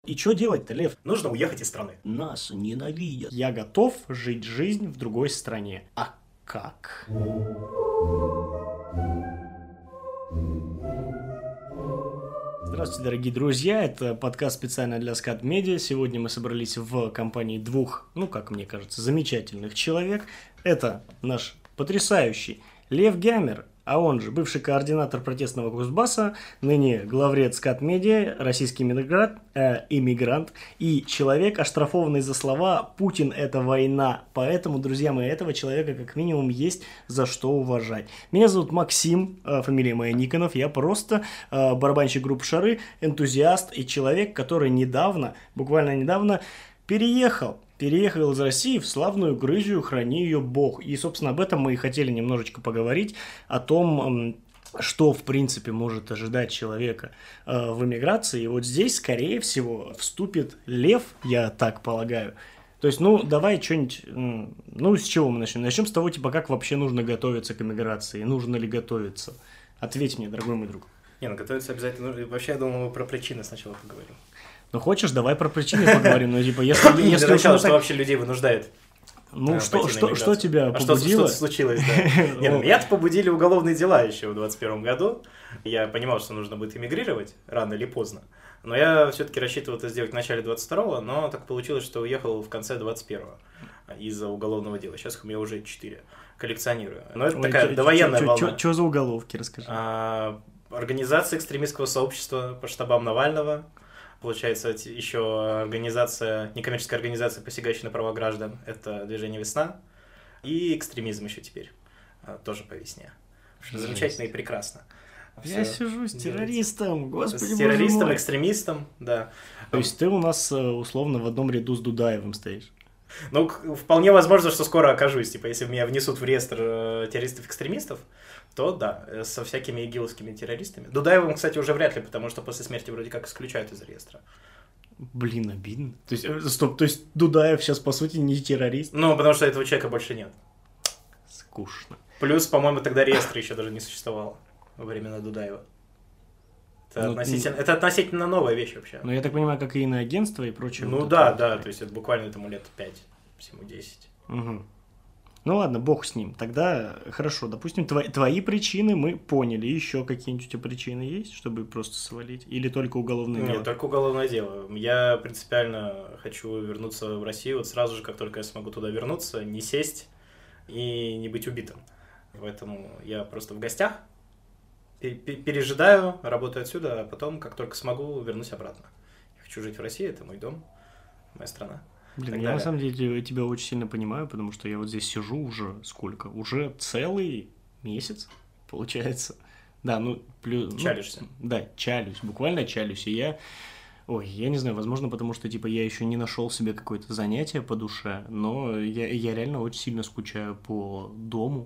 И что делать-то, Лев? Нужно уехать из страны. Нас ненавидят. Я готов жить жизнь в другой стране. А как? Здравствуйте, дорогие друзья, это подкаст специально для Скат Медиа. Сегодня мы собрались в компании двух, как мне кажется, замечательных человек. Это наш потрясающий Лев Гямер, а он же бывший координатор протестного Кузбасса, ныне главред Скат Медиа, российский иммигрант и человек, оштрафованный за слова «Путин – это война». Поэтому, друзья мои, этого человека как минимум есть за что уважать. Меня зовут Максим, фамилия моя Никонов, я просто барабанщик группы «Шары», энтузиаст и человек, который буквально недавно переехал из России в славную Грузию, храни ее Бог. И, собственно, об этом мы и хотели немножечко поговорить, о том, что, в принципе, может ожидать человека в эмиграции. И вот здесь, скорее всего, вступит Лев, я так полагаю. То есть, давай что-нибудь, с чего мы начнем? Начнем с того, как вообще нужно готовиться к эмиграции, нужно ли готовиться? Ответь мне, дорогой мой друг. Готовиться обязательно нужно. Вообще, я думал, мы про причины сначала поговорим. Хочешь, давай про причины поговорим, если для начала, что вообще людей вынуждает? Что тебя побудило? Что случилось, да. Меня-то побудили уголовные дела еще в 2021 году. Я понимал, что нужно будет эмигрировать рано или поздно. Но я все-таки рассчитывал это сделать в начале 22-го, но так получилось, что уехал в конце 21-го из-за уголовного дела. Сейчас у меня уже 4 коллекционирую. Но это такая довоенная волна. Что за уголовки, расскажи. Организация экстремистского сообщества по штабам Навального. Получается, еще некоммерческая организация, посягающая на права граждан, это движение «Весна», и экстремизм еще теперь, тоже по весне. Замечательно и прекрасно. Я сижу с террористом, господи, с террористом, экстремистом, да. То есть ты у нас условно в одном ряду с Дудаевым стоишь? Вполне возможно, что скоро окажусь. Если меня внесут в реестр террористов-экстремистов, то да, со всякими игиловскими террористами. Дудаевым, кстати, уже вряд ли, потому что после смерти вроде как исключают из реестра. Блин, обидно. То есть Дудаев сейчас, по сути, не террорист? Потому что этого человека больше нет. Скучно. Плюс, по-моему, тогда реестра еще даже не существовало во времена Дудаева. Это относительно новая вещь вообще. Я так понимаю, как и иноагентство и прочее. Да, то есть это буквально этому лет 5, всему 10. Угу. Ладно, бог с ним. Тогда хорошо, допустим, твои причины мы поняли. Еще какие-нибудь у тебя причины есть, чтобы просто свалить? Или только уголовное дело? Нет, только уголовное дело. Я принципиально хочу вернуться в Россию вот сразу же, как только я смогу туда вернуться, не сесть и не быть убитым. Поэтому я просто в гостях, пережидаю, работаю отсюда, а потом, как только смогу, вернусь обратно. Я хочу жить в России, это мой дом, моя страна. Блин, я на самом деле тебя очень сильно понимаю, потому что я вот здесь сижу уже сколько? Уже целый месяц, получается. Да, Чалишься. Да, чалюсь, буквально чалюсь. И я не знаю, возможно, потому что, я еще не нашел себе какое-то занятие по душе, но я реально очень сильно скучаю по дому,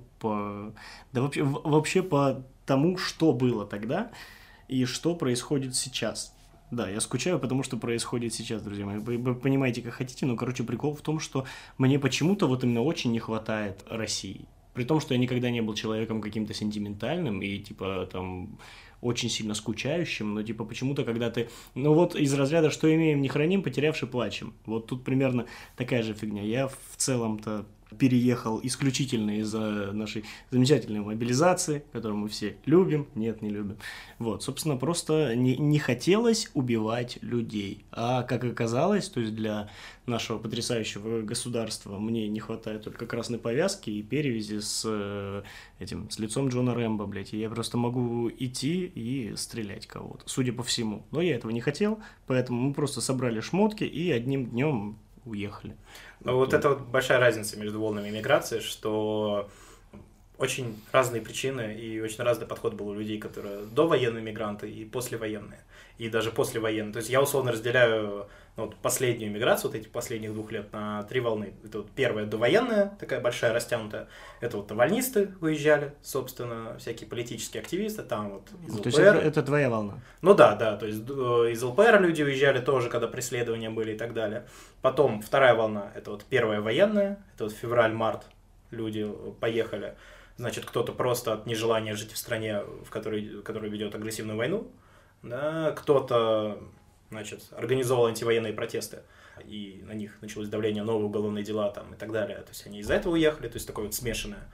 вообще по тому, что было тогда и что происходит сейчас. Да, я скучаю, потому что происходит сейчас, друзья мои. Вы понимаете, как хотите, но, прикол в том, что мне почему-то вот именно очень не хватает России. При том, что я никогда не был человеком каким-то сентиментальным и, очень сильно скучающим, но, почему-то, когда ты... из разряда «что имеем, не храним, потерявши плачем». Вот тут примерно такая же фигня. Я в целом-то переехал исключительно из-за нашей замечательной мобилизации, которую мы все любим, нет, не любим. Собственно, просто не хотелось убивать людей. А как оказалось, то есть для нашего потрясающего государства мне не хватает только красной повязки и перевязи с лицом Джона Рэмбо, блядь. И я просто могу идти и стрелять кого-то, судя по всему. Но я этого не хотел, поэтому мы просто собрали шмотки и одним днем уехали. Это большая разница между волнами миграции, что очень разные причины и очень разный подход был у людей, которые довоенные мигранты и послевоенные, и даже послевоенные. То есть я условно разделяю последнюю миграцию, этих последних 2 лет, на 3 волны. Это первая довоенная, такая большая, растянутая. Это навальнисты выезжали, собственно, всякие политические активисты, там из ЛПР. То есть это твоя волна? Да, то есть из ЛПР люди уезжали тоже, когда преследования были и так далее. Потом вторая волна, это первая военная, это февраль-март, люди поехали. Значит, кто-то просто от нежелания жить в стране, в которой ведет агрессивную войну, да, кто-то значит, организовал антивоенные протесты, и на них началось давление, новые уголовные дела там и так далее. То есть они из-за этого уехали, то есть такое вот смешанное.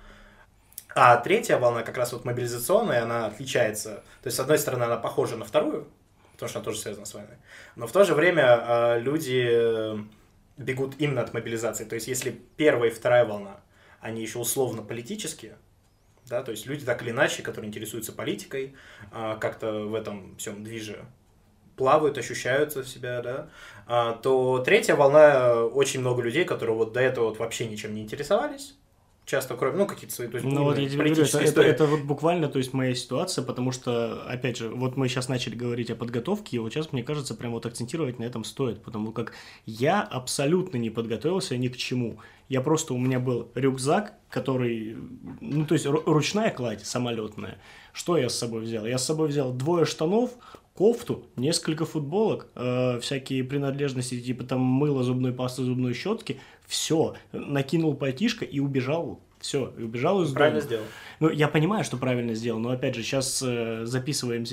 А третья волна, как раз вот мобилизационная, она отличается. То есть, с одной стороны, она похожа на вторую, потому что она тоже связана с войной. Но в то же время люди бегут именно от мобилизации. То есть, если первая и вторая волна, они еще условно политические, да, то есть люди так или иначе, которые интересуются политикой, как-то в этом всем движе плавают, ощущают себя, да, то третья волна, очень много людей, которые вот до этого вот вообще ничем не интересовались, часто кроме, ну, какие-то свои, то есть, ну, вот я тебе говорю, это вот буквально, то есть, моя ситуация, потому что, опять же, вот мы сейчас начали говорить о подготовке, и вот сейчас, мне кажется, прям вот акцентировать на этом стоит, потому как я абсолютно не подготовился ни к чему. Я просто, у меня был рюкзак, который, ну, то есть, ручная кладь самолетная. Что я с собой взял? Я с собой взял 2 штанов, кофту, несколько футболок, всякие принадлежности, типа там мыло, зубной пасты, зубной щетки, все, накинул пальтишко и убежал, все, и убежал из дома. Правильно сделал. Ну, я понимаю, что правильно сделал, но, опять же, сейчас записываем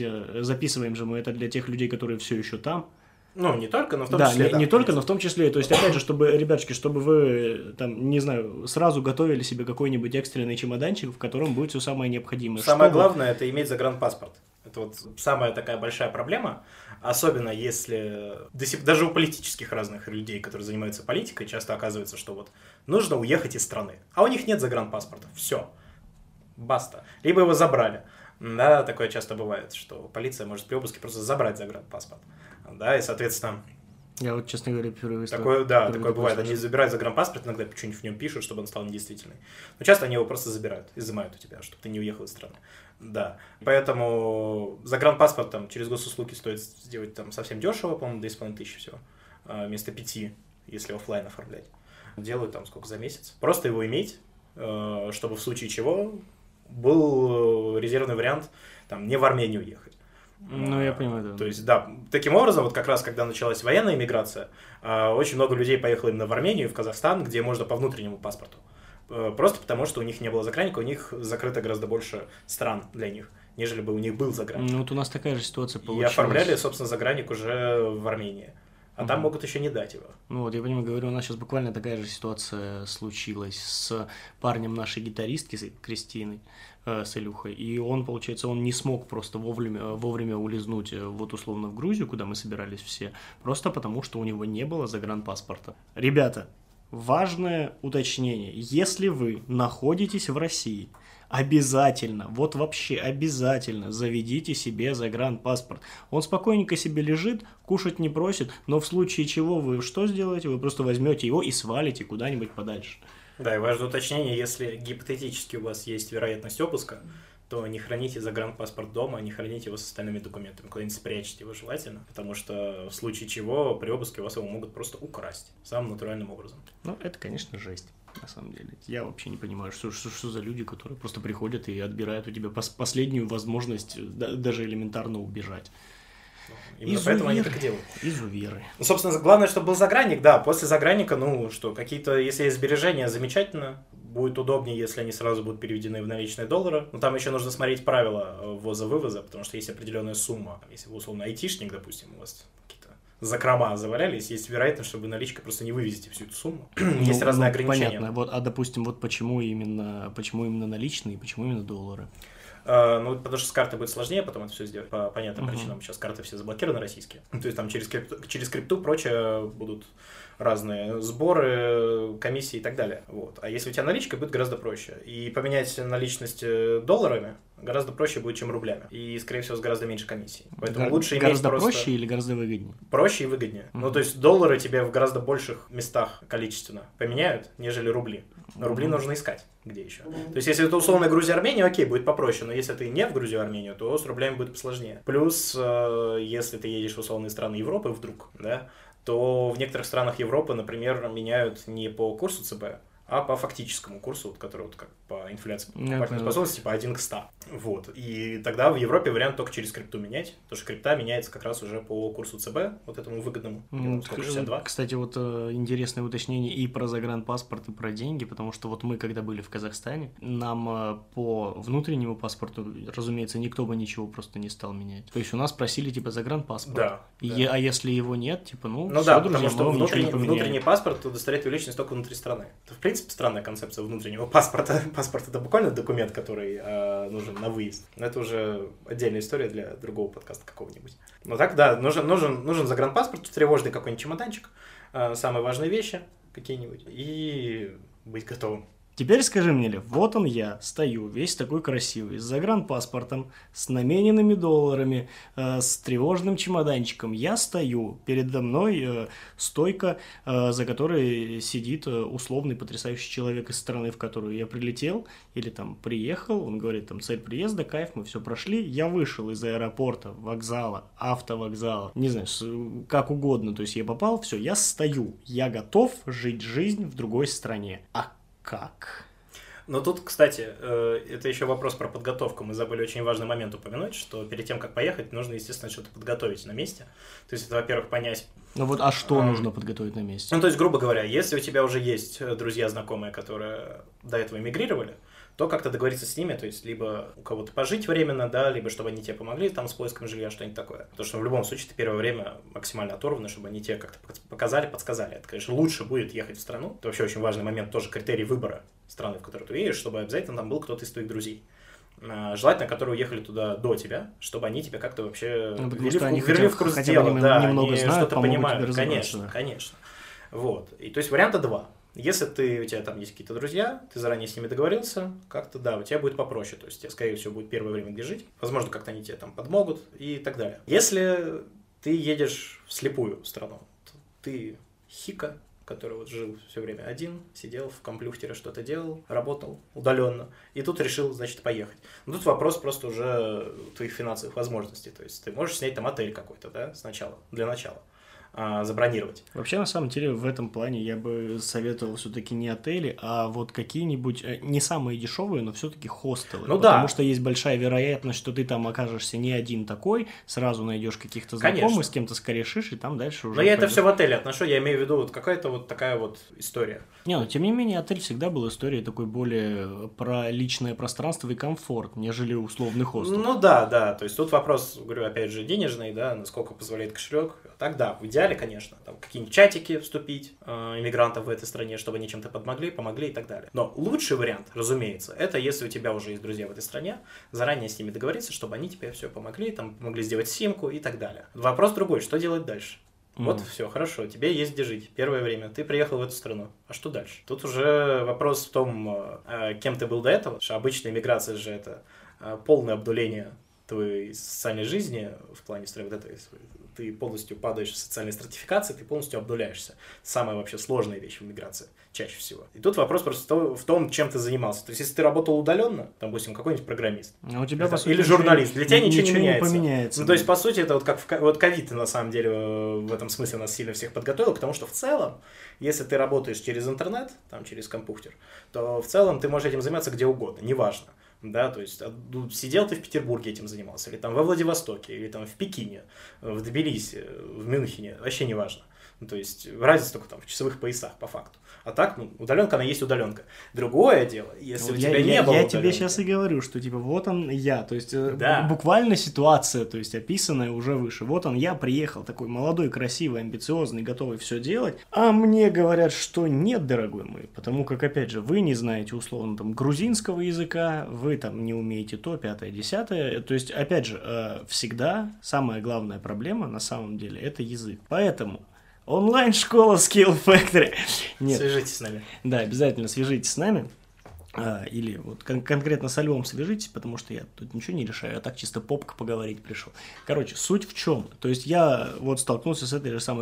же мы это для тех людей, которые все еще там. Ну, не только, но в том числе. Да, не только, но в том числе. То есть, опять же, чтобы, ребятушки, чтобы вы, там, не знаю, сразу готовили себе какой-нибудь экстренный чемоданчик, в котором будет все самое необходимое. Самое главное – это иметь загранпаспорт. Это вот самая такая большая проблема, особенно если даже у политических разных людей, которые занимаются политикой, часто оказывается, что вот нужно уехать из страны, а у них нет загранпаспорта. Все. Баста. Либо его забрали. Да, такое часто бывает, что полиция может при обыске просто забрать загранпаспорт. Да, и, соответственно... Я вот, честно говоря, впервые... Такое бывает. Они забирают загранпаспорт, иногда что-нибудь в нем пишут, чтобы он стал недействительный. Но часто они его просто забирают, изымают у тебя, чтобы ты не уехал из страны. Да. Поэтому загранпаспорт там через госуслуги стоит сделать там совсем дешево, по-моему, 2500 всего, вместо 5, если офлайн оформлять. Делают там сколько за месяц. Просто его иметь, чтобы в случае чего был резервный вариант там не в Армению ехать. Ну, я понимаю, да. То есть, да, таким образом, вот как раз, когда началась военная миграция, очень много людей поехало именно в Армению и в Казахстан, где можно по внутреннему паспорту. Просто потому, что у них не было загранника, у них закрыто гораздо больше стран для них, нежели бы у них был загранник. Ну, вот у нас такая же ситуация получилась. И оформляли, собственно, загранник уже в Армении. А там могут еще не дать его. Ну вот, я понимаю, говорю, у нас сейчас буквально такая же ситуация случилась с парнем нашей гитаристки, с Кристиной, с Илюхой. И он, получается, он не смог просто вовремя улизнуть вот условно в Грузию, куда мы собирались все, просто потому, что у него не было загранпаспорта. Ребята, важное уточнение. Если вы находитесь в России, обязательно, вот вообще обязательно заведите себе загранпаспорт. Он спокойненько себе лежит, кушать не просит, но в случае чего вы что сделаете? Вы просто возьмете его и свалите куда-нибудь подальше. Да, и важное уточнение, если гипотетически у вас есть вероятность обыска, то не храните загранпаспорт дома, не храните его с остальными документами, куда-нибудь спрячьте его желательно, потому что в случае чего при обыске у вас его могут просто украсть самым натуральным образом. Ну, это, конечно, жесть. На самом деле. Я вообще не понимаю, что за люди, которые просто приходят и отбирают у тебя последнюю возможность даже элементарно убежать. Именно поэтому они так и делают. Изуверы. Ну, собственно, главное, чтобы был загранник, да. После загранника, ну, что, какие-то, если есть сбережения, замечательно. Будет удобнее, если они сразу будут переведены в наличные доллары. Но там еще нужно смотреть правила ввоза-вывоза, потому что есть определенная сумма. Если вы, условно, айтишник, допустим, у вас закрома завалялись, есть вероятность, что вы наличкой просто не вывезете всю эту сумму. Есть разные ограничения. Понятно. Вот, допустим, вот почему именно наличные и почему именно доллары? Ну, потому что с карты будет сложнее потом это все сделать, по понятным причинам. Сейчас карты все заблокированы российские. То есть там через крипту прочее будут разные сборы, комиссии и так далее. Вот. А если у тебя наличка, будет гораздо проще. И поменять наличность долларами гораздо проще будет, чем рублями. И, скорее всего, с гораздо меньше комиссий. Поэтому лучше иметь гораздо просто... проще или гораздо выгоднее? Проще и выгоднее. Ну, то есть доллары тебе в гораздо больших местах количественно поменяют, нежели рубли. Но рубли нужно искать. Где еще? То есть, если это условно Грузия, Армения, окей, будет попроще. Но если ты не в Грузию, Армению, то с рублями будет посложнее. Плюс, если ты едешь в условные страны Европы вдруг, да, то в некоторых странах Европы, например, меняют не по курсу ЦБ, а по фактическому курсу, вот, который вот как по инфляции покупательной способности, типа 1 к 100. Вот. И тогда в Европе вариант только через крипту менять, потому что крипта меняется как раз уже по курсу ЦБ, вот этому выгодному, 62. Кстати, вот интересное уточнение и про загранпаспорт, и про деньги, потому что вот мы, когда были в Казахстане, нам по внутреннему паспорту, разумеется, никто бы ничего просто не стал менять. То есть у нас просили, типа, загранпаспорт. Да. А если его нет, типа, ну, ну все, да, друзья, потому что мы внутренний паспорт удостоверяет твою личность только внутри страны. Это, в принципе, странная концепция внутреннего паспорта. Паспорт — это буквально документ, который нужен на выезд. Но это уже отдельная история для другого подкаста какого-нибудь. Но так, да, нужен загранпаспорт, тревожный какой-нибудь чемоданчик, самые важные вещи какие-нибудь, и быть готовым. Теперь скажи мне, Лев, вот он я, стою, весь такой красивый, с загранпаспортом, с намененными долларами, с тревожным чемоданчиком. Я стою, передо мной стойка, за которой сидит условный потрясающий человек из страны, в которую я прилетел, или там приехал, он говорит, там, цель приезда, кайф, мы все прошли. Я вышел из аэропорта, вокзала, автовокзала, не знаю, как угодно, то есть я попал, все, я стою, я готов жить жизнь в другой стране. Как? Но тут, кстати, это еще вопрос про подготовку. Мы забыли очень важный момент упомянуть, что перед тем, как поехать, нужно, естественно, что-то подготовить на месте. То есть это, во-первых, понять... Ну вот, а что нужно подготовить на месте? Ну, то есть, грубо говоря, если у тебя уже есть друзья, знакомые, которые до этого эмигрировали, то как-то договориться с ними, то есть либо у кого-то пожить временно, да, либо чтобы они тебе помогли там с поиском жилья, что-нибудь такое. Потому что в любом случае ты первое время максимально оторваны, чтобы они тебе как-то показали, подсказали. Это, конечно, лучше будет ехать в страну. Это вообще очень важный момент, тоже критерий выбора страны, в которую ты едешь, чтобы обязательно там был кто-то из твоих друзей. Желательно, которые уехали туда до тебя, чтобы они тебя как-то вообще ввели в курс дела, да, они что-то понимают. Конечно, конечно. Вот. И то есть варианта два. Если у тебя там есть какие-то друзья, ты заранее с ними договорился, как-то, да, у тебя будет попроще, то есть тебе, скорее всего, будет первое время где жить, возможно, как-то они тебе там подмогут и так далее. Если ты едешь в слепую страну, то ты хика, который вот жил все время один, сидел в компьютере, что-то делал, работал удаленно, и тут решил, значит, поехать. Но тут вопрос просто уже твоих финансовых возможностей, то есть ты можешь снять там отель какой-то, да, сначала, для начала. Забронировать. Вообще, на самом деле, в этом плане я бы советовал все-таки не отели, а вот какие-нибудь, не самые дешевые, но все-таки хостелы. Ну потому что есть большая вероятность, что ты там окажешься не один такой, сразу найдешь каких-то знакомых, конечно, с кем-то скорешишь, и там дальше уже... Но я это все в отеле отношу, я имею в виду вот какая-то вот такая вот история. Не, но тем не менее, отель всегда был историей такой более про личное пространство и комфорт, нежели условный хостел. Ну да, то есть тут вопрос, говорю, опять же, денежный, да, насколько позволяет кошелек. Так да, в идеале, конечно, там какие-нибудь чатики вступить иммигрантов в этой стране, чтобы они чем-то помогли и так далее. Но лучший вариант, разумеется, это если у тебя уже есть друзья в этой стране, заранее с ними договориться, чтобы они тебе все помогли, там помогли сделать симку и так далее. Вопрос другой, что делать дальше? Вот все, хорошо, тебе есть где жить. Первое время ты приехал в эту страну. А что дальше? Тут уже вопрос в том, кем ты был до этого. Потому что обычная иммиграция же это полное обнуление твоей социальной жизни в плане вот этой, ты полностью падаешь в социальной стратификации, ты полностью обнуляешься. Самая вообще сложная вещь в миграции, чаще всего. И тут вопрос просто в том, чем ты занимался. То есть, если ты работал удаленно, там, допустим, какой-нибудь программист, а у тебя, по сути, или журналист, для тебя ничего не поменяется. Ну, то есть, по сути, это вот как ковид, на самом деле, в этом смысле нас сильно всех подготовил, потому что в целом, если ты работаешь через интернет, там, через компьютер, то в целом ты можешь этим заниматься где угодно, неважно. Да, то есть сидел ты в Петербурге этим занимался, или там во Владивостоке, или там в Пекине, в Тбилиси, в Мюнхене, вообще не важно. Ну, то есть разница только там в часовых поясах по факту. А так, удаленка, она есть удаленка. Другое дело, если у тебя не было удаленки. Я тебе сейчас и говорю, что типа вот он я, то есть буквально ситуация, то есть описанная уже выше. Вот он я приехал, такой молодой, красивый, амбициозный, готовый все делать, а мне говорят, что нет, дорогой мой, потому как, опять же, вы не знаете условно там грузинского языка, вы там не умеете то, 5-е, 10-е, то есть, опять же, всегда самая главная проблема на самом деле это язык. Поэтому онлайн-школа Skill Factory. Нет. Свяжитесь с нами. Да, обязательно свяжитесь с нами. Или вот конкретно со Львом свяжитесь, потому что я тут ничего не решаю, я так чисто попка поговорить пришел. Короче, суть в чем? То есть я вот столкнулся с этой же самой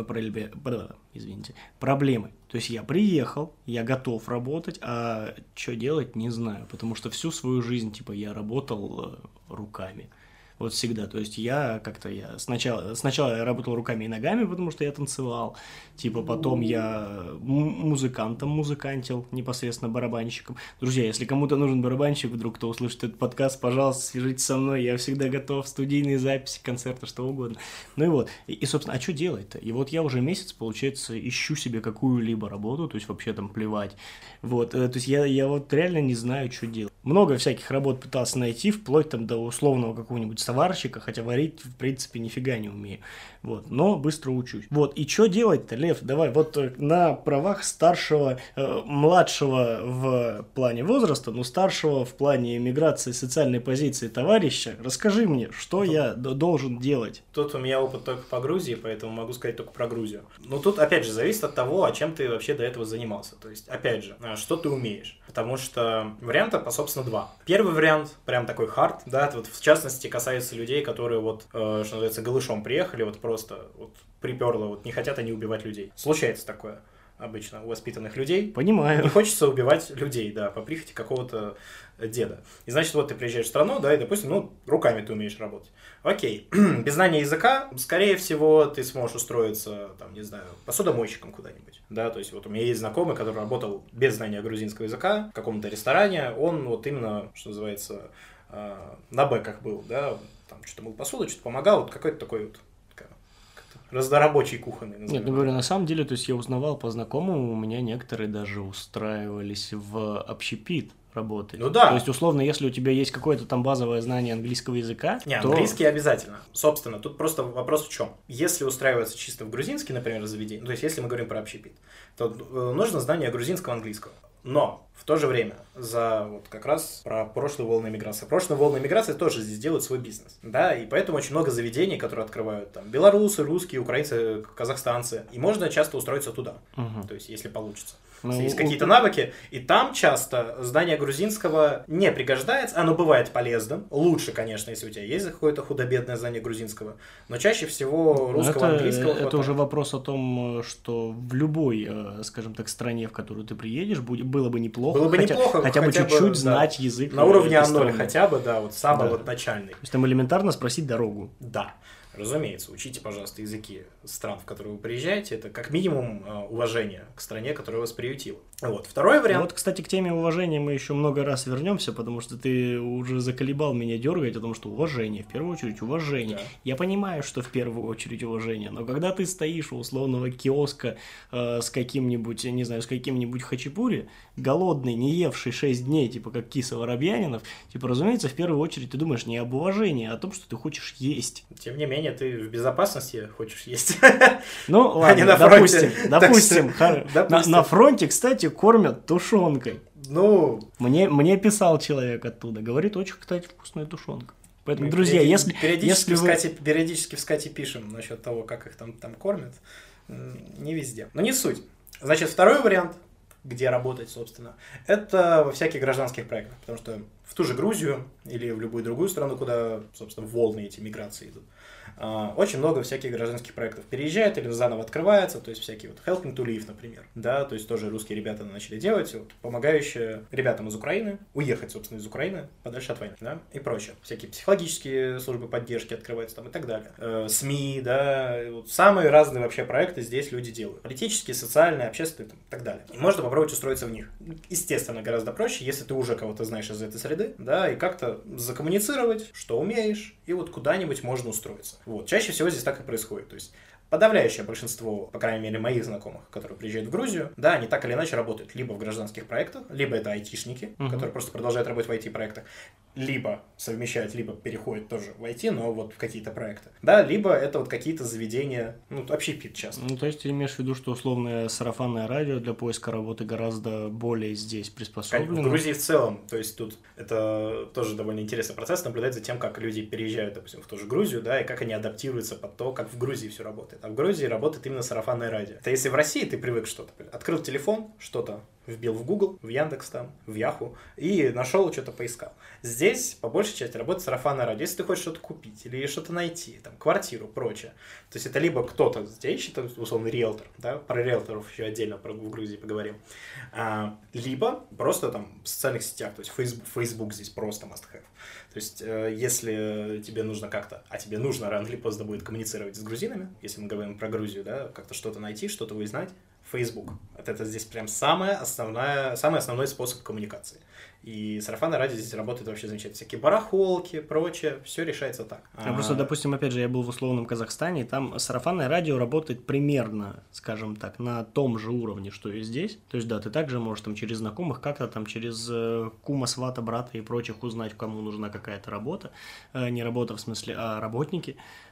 проблемой. То есть я приехал, я готов работать, а что делать не знаю, потому что всю свою жизнь типа я работал руками. Вот всегда. То есть я сначала я работал руками и ногами, потому что я танцевал. Типа потом я музыкантом музыкантил, непосредственно барабанщиком. Друзья, если кому-то нужен барабанщик, вдруг кто услышит этот подкаст, пожалуйста, свяжитесь со мной. Я всегда готов. Студийные записи, концерты, что угодно. Ну и вот. И собственно, а что делать-то? И вот я уже месяц, получается, ищу себе какую-либо работу, то есть вообще там плевать. Вот. То есть я вот реально не знаю, что делать. Много всяких работ пытался найти, вплоть там до условного какого-нибудь сварщика, хотя варить, в принципе, нифига не умею. Вот, но быстро учусь. Вот, и что делать-то, Лев? Давай, вот на правах старшего, младшего в плане возраста, но старшего в плане миграции социальной позиции товарища, расскажи мне, что я должен делать? Тут у меня опыт только по Грузии, поэтому могу сказать только про Грузию. Но тут, опять же, зависит от того, а чем ты вообще до этого занимался. То есть, опять же, что ты умеешь. Потому что вариантов, собственно, два. Первый вариант, прям такой хард, да, это вот в частности касается людей, которые вот, что называется, голышом приехали, вот просто вот приперло, вот не хотят они убивать людей. Случается такое обычно у воспитанных людей. Понимаю. Не хочется убивать людей, да, по прихоти какого-то деда. И значит, вот ты приезжаешь в страну, да, и, допустим, ну, руками ты умеешь работать. Окей. Без знания языка, скорее всего, ты сможешь устроиться, там, не знаю, посудомойщиком куда-нибудь. Да, то есть вот у меня есть знакомый, который работал без знания грузинского языка в каком-то ресторане. Он вот именно, что называется, на бэках был, да, там что-то мыл посуду, что-то помогал, вот какой-то такой вот разнорабочий кухонный. Нет, ну говорю, на самом деле, то есть я узнавал по знакомым, у меня некоторые даже устраивались в общепит работать. Ну да. То есть, условно, если у тебя есть какое-то там базовое знание английского языка, не, то... английский обязательно. Собственно, тут просто вопрос в чем. Если устраиваться чисто в грузинский, например, заведение, то есть если мы говорим про общепит, то нужно знание грузинского английского. Но в то же время за вот как раз про прошлую волну миграции. Прошлая волна миграции тоже здесь делают свой бизнес. Да, и поэтому очень много заведений, которые открывают там белорусы, русские, украинцы, казахстанцы. И можно часто устроиться туда. То есть, если получится. Если есть какие-то навыки, и там часто знание грузинского не пригождается, оно бывает полезным. Лучше, конечно, если у тебя есть какое-то худо-бедное знание грузинского, но чаще всего русского, английского хватает. Это уже вопрос о том, что в любой, скажем так, стране, в которую ты приедешь, было бы неплохо. Было бы неплохо хотя бы чуть-чуть знать язык. На уровне А0 хотя бы, да, вот самый вот начальный. То есть там элементарно спросить дорогу. Да. Разумеется, учите, пожалуйста, языки стран, в которые вы приезжаете. Это как минимум уважение к стране, которая вас приютила. Вот. Второй вариант. Вот, кстати, к теме уважения мы еще много раз вернемся, потому что ты уже заколебал меня дергать о том, что уважение, в первую очередь уважение. Да. Я понимаю, что в первую очередь уважение, но когда ты стоишь у условного киоска с каким-нибудь, я не знаю, с каким-нибудь хачапури, голодный, не евший 6 дней, типа как Киса Воробьянинов, типа, разумеется, в первую очередь ты думаешь не об уважении, а о том, что ты хочешь есть. Тем не менее, ты в безопасности хочешь есть. Ну, ладно, допустим. На фронте, кстати, кормят тушенкой. Ну... Мне писал человек оттуда. Говорит, очень, кстати, вкусная тушенка. Поэтому, друзья, если периодически в скате пишем насчет того, как их там кормят, не везде. Но не суть. Значит, второй вариант, где работать, собственно, это во всяких гражданских проектах. Потому что в ту же Грузию или в любую другую страну, куда, собственно, волны эти миграции идут, очень много всяких гражданских проектов переезжает или заново открывается, то есть всякие вот Helping to Live, например, да, то есть тоже русские ребята начали делать, вот, помогающие ребятам из Украины уехать, собственно, из Украины подальше от войны, да, и прочее. Всякие психологические службы поддержки открываются там и так далее. СМИ, да, вот, самые разные вообще проекты здесь люди делают. Политические, социальные, общественные там, и так далее. И можно попробовать устроиться в них. Естественно, гораздо проще, если ты уже кого-то знаешь из этой среды, да, и как-то закоммуницировать, что умеешь, и вот куда-нибудь можно устроиться. Вот. Чаще всего здесь так и происходит. То есть подавляющее большинство, по крайней мере, моих знакомых, которые приезжают в Грузию, да, они так или иначе работают либо в гражданских проектах, либо это айтишники, которые просто продолжают работать в IT-проектах, либо совмещают, либо переходят тоже в IT, но вот в какие-то проекты, да, либо это вот какие-то заведения, ну, общепит часто. Ну, то есть ты имеешь в виду, что условное сарафанное радио для поиска работы гораздо более здесь приспособлено? В Грузии в целом, то есть тут это тоже довольно интересный процесс, наблюдать за тем, как люди переезжают, допустим, в ту же Грузию, да, и как они адаптируются под то, как в Грузии все работает. А в Грузии работает именно сарафанное радио. Это если в России ты привык что-то, открыл телефон, что-то вбил в Google, в Яндекс там, в Яху, и нашел, что-то поискал. Здесь, по большей части, работает сарафанное радио. Если ты хочешь что-то купить или что-то найти, там, квартиру, прочее, то есть это либо кто-то здесь, считает, условно, риэлтор, да, про риэлторов еще отдельно в Грузии поговорим, либо просто там в социальных сетях, то есть Facebook здесь просто must have. То есть, если тебе нужно как-то, а тебе нужно рано или поздно будет коммуницировать с грузинами, если мы говорим про Грузию, да, как-то что-то найти, что-то узнать, Facebook. Это здесь прям самый основной способ коммуникации. И сарафанное радио здесь работает вообще замечательно. Всякие барахолки, прочее, все решается так. Просто, допустим, опять же, я был в условном Казахстане, и там сарафанное радио работает примерно, скажем так, на том же уровне, что и здесь. То есть, да, ты также можешь там через знакомых как-то там через кума, свата, брата и прочих узнать, кому нужна какая-то работа. Не работа в смысле, а работники.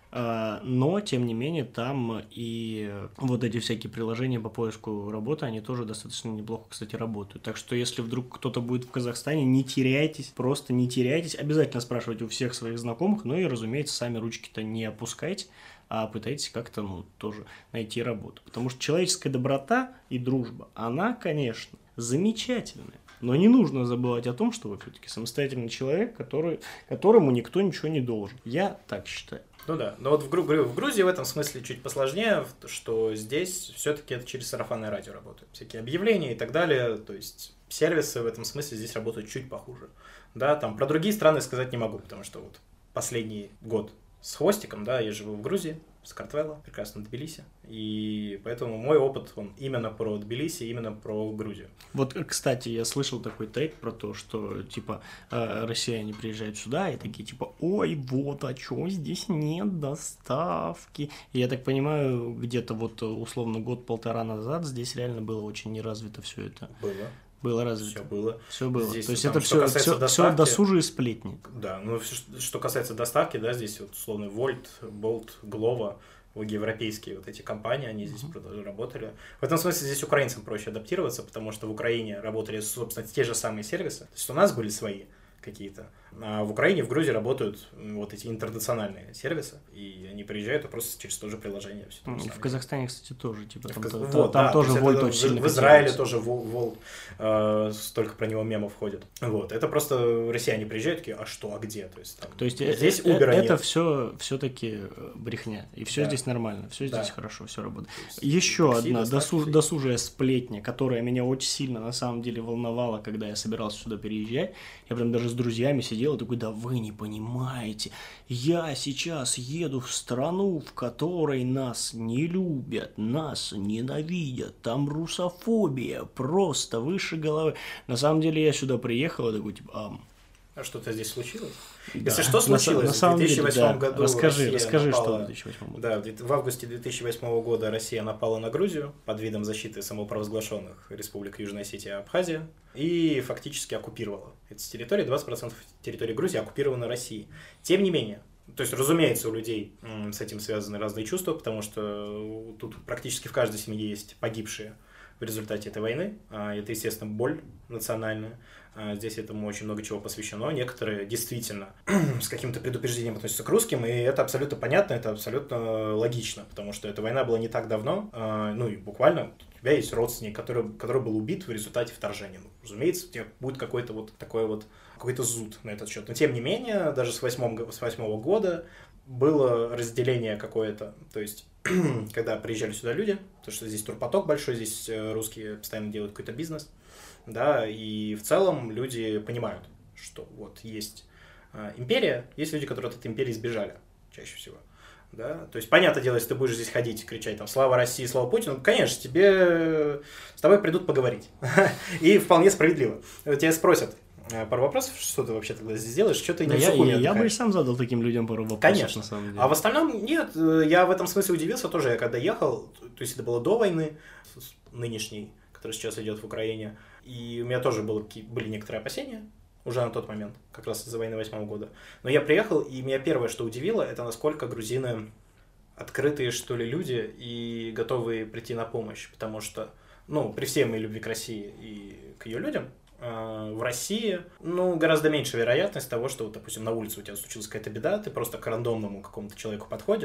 Но, тем не менее, там и вот эти всякие приложения по поиску работы, они тоже достаточно неплохо, кстати, работают. Так что, если вдруг кто-то будет в Казахстане, не теряйтесь, просто не теряйтесь. Обязательно спрашивайте у всех своих знакомых, ну и, разумеется, сами ручки-то не опускайте, а пытайтесь как-то, тоже найти работу. Потому что человеческая доброта и дружба, она, конечно, замечательная. Но не нужно забывать о том, что вы все-таки самостоятельный человек, которому никто ничего не должен. Я так считаю. Ну да, но вот в Грузии в этом смысле чуть посложнее, что здесь все-таки это через сарафанное радио работает. Всякие объявления и так далее, то есть сервисы в этом смысле здесь работают чуть похуже. Да, там про другие страны сказать не могу, потому что вот последний год с хвостиком, да, я живу в Грузии, в Скартвелло, прекрасном Тбилиси, и поэтому мой опыт, он именно про Тбилиси, именно про Грузию. Вот, кстати, я слышал такой тейк про то, что, типа, россияне приезжают сюда и такие, типа, ой, вот, а чё, здесь нет доставки. И я так понимаю, где-то вот, условно, год-полтора назад здесь реально было очень неразвито все это. Было развито. Все было. Здесь, то есть там, это все досужие сплетни. Да, ну что касается доставки, да, здесь вот условно Volt, Bolt, Glovo, европейские вот эти компании, они здесь работали. В этом смысле здесь украинцам проще адаптироваться, потому что в Украине работали, собственно, те же самые сервисы. То есть у нас были свои какие-то. А в Украине, в Грузии работают вот эти интернациональные сервисы, и они приезжают просто через то же приложение. В Казахстане, кстати, тоже. Типа, там тоже Volt очень сильно. В Израиле тоже Volt, столько про него мемов ходит. Вот. Это просто россияне приезжают, такие, а что, а где? То есть здесь Uber нет. Это все-таки брехня, и все здесь нормально, все здесь хорошо, все работает. Еще одна досужая сплетня, которая меня очень сильно на самом деле волновала, когда я собирался сюда переезжать. Я прям даже с друзьями сидел и такой, да вы не понимаете, я сейчас еду в страну, в которой нас не любят, нас ненавидят, там русофобия просто выше головы. На самом деле я сюда приехал и такой, типа, А что-то здесь случилось? Да. Если что случилось, в 2008 году Расскажи, напала, что в 2008 году. Да, в августе 2008 года Россия напала на Грузию под видом защиты самопровозглашенных республик Южная Осетия и Абхазия и фактически оккупировала эти территории. 20% территории Грузии оккупированы Россией. Тем не менее, то есть, разумеется, у людей с этим связаны разные чувства, потому что тут практически в каждой семье есть погибшие в результате этой войны. Это, естественно, боль национальная. Здесь этому очень много чего посвящено. Некоторые действительно с каким-то предупреждением относятся к русским, и это абсолютно понятно, это абсолютно логично, потому что эта война была не так давно, ну и буквально у тебя есть родственник, который был убит в результате вторжения. Ну, разумеется, у тебя будет какой-то вот такой вот какой-то зуд на этот счет. Но тем не менее, даже с 8 года было разделение какое-то, то есть когда приезжали сюда люди, потому что здесь турпоток большой, здесь русские постоянно делают какой-то бизнес, да, и в целом люди понимают, что вот есть империя, есть люди, которые от этой империи сбежали чаще всего, да, то есть понятное дело, если ты будешь здесь ходить и кричать там «Слава России, слава Путину», конечно, с тобой придут поговорить, и вполне справедливо. Тебя спросят пару вопросов, что ты вообще тогда здесь делаешь, что ты не в Сухуми Я бы и сам задал таким людям пару вопросов, конечно. На самом деле. А в остальном нет, я в этом смысле удивился тоже, я когда ехал, то есть это было до войны, нынешней, которая сейчас идет в Украине, и у меня тоже были некоторые опасения уже на тот момент, как раз из-за войны 8 года. Но я приехал, и меня первое, что удивило, это насколько грузины открытые, что ли, люди и готовые прийти на помощь, потому что, ну, при всей моей любви к России и к ее людям, в России, ну, гораздо меньше вероятность того, что, вот, допустим, на улице у тебя случилась какая-то беда, ты просто к рандомному какому-то человеку подходишь,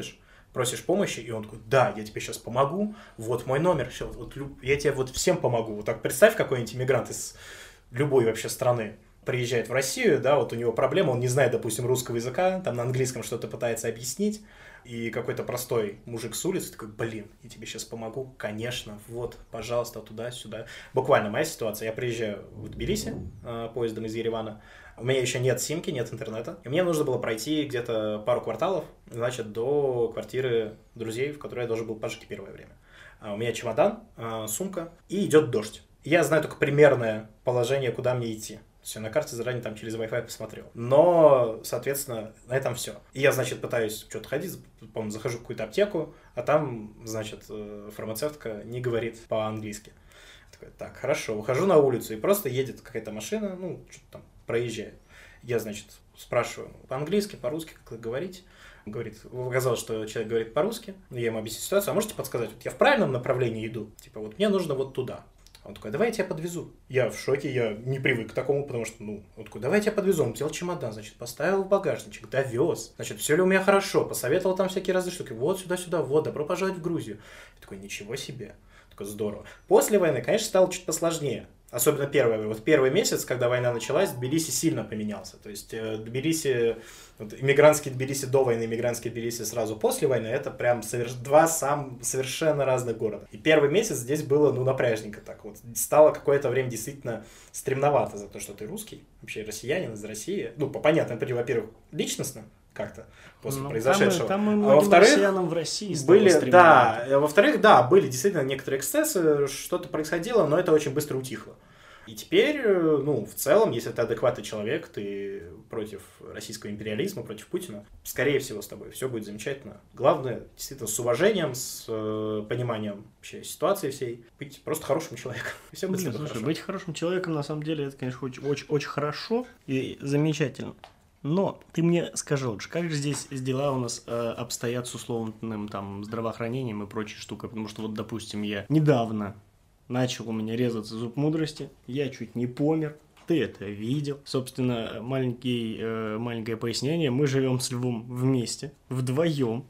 просишь помощи, и он такой, да, я тебе сейчас помогу, вот мой номер, сейчас, вот, я тебе вот всем помогу. Вот так представь, какой-нибудь иммигрант из любой вообще страны приезжает в Россию, да, вот у него проблема, он не знает, допустим, русского языка, там на английском что-то пытается объяснить, и какой-то простой мужик с улицы такой, блин, я тебе сейчас помогу, конечно, вот, пожалуйста, туда-сюда. Буквально моя ситуация, я приезжаю в Тбилиси поездом из Еревана, у меня еще нет симки, нет интернета, и мне нужно было пройти где-то пару кварталов, значит, до квартиры друзей, в которой я должен был пожить первое время. У меня чемодан, сумка, и идет дождь. Я знаю только примерное положение, куда мне идти. Все, на карте заранее там через Wi-Fi посмотрел. Но, соответственно, на этом все. И я, значит, пытаюсь что-то ходить, по-моему, захожу в какую-то аптеку, а там, значит, фармацевтка не говорит по-английски. Такой, так, хорошо, выхожу на улицу, и просто едет какая-то машина, ну, что-то там проезжает. Я, значит, спрашиваю по-английски, по-русски, как говорить. Говорит, оказалось, что человек говорит по-русски. Я ему объясню ситуацию. А можете подсказать, вот я в правильном направлении иду? Типа, вот мне нужно вот туда. Он такой, давай я тебя подвезу. Я в шоке, я не привык к такому, потому что, ну, он такой, давай я тебя подвезу. Он взял чемодан, значит, поставил в багажничек, довез. Значит, все ли у меня хорошо, посоветовал там всякие разные штуки. Вот сюда-сюда, вот, добро пожаловать в Грузию. Я такой, ничего себе. Такой, здорово. После войны, конечно, стало чуть посложнее. Особенно первый месяц, когда война началась, Тбилиси сильно поменялся. То есть Тбилиси, вот, иммигрантский Тбилиси до войны, иммигрантский Тбилиси сразу после войны, это прям два совершенно разных города. И первый месяц здесь было, ну, напряжненько так. Вот стало какое-то время действительно стремновато за то, что ты русский, вообще россиянин из России. Ну, по понятным причинам, во-первых, личностно как-то после произошедшего. Там и во-вторых, россиянам в России были, да, во-вторых, да, были действительно некоторые эксцессы, что-то происходило, но это очень быстро утихло. И теперь, ну, в целом, если ты адекватный человек, ты против российского империализма, против Путина, скорее всего, с тобой все будет замечательно. Главное, действительно, с уважением, с пониманием вообще ситуации всей, быть просто хорошим человеком. И все будет хорошо. Быть хорошим человеком, на самом деле, это, конечно, очень хорошо и замечательно. Но ты мне скажи лучше, как же здесь дела у нас обстоят с условным там здравоохранением и прочей штукой? Потому что вот, допустим, я недавно начал у меня резаться зуб мудрости, я чуть не помер, ты это видел. Собственно, маленькое пояснение, мы живем с Львом вместе, вдвоем.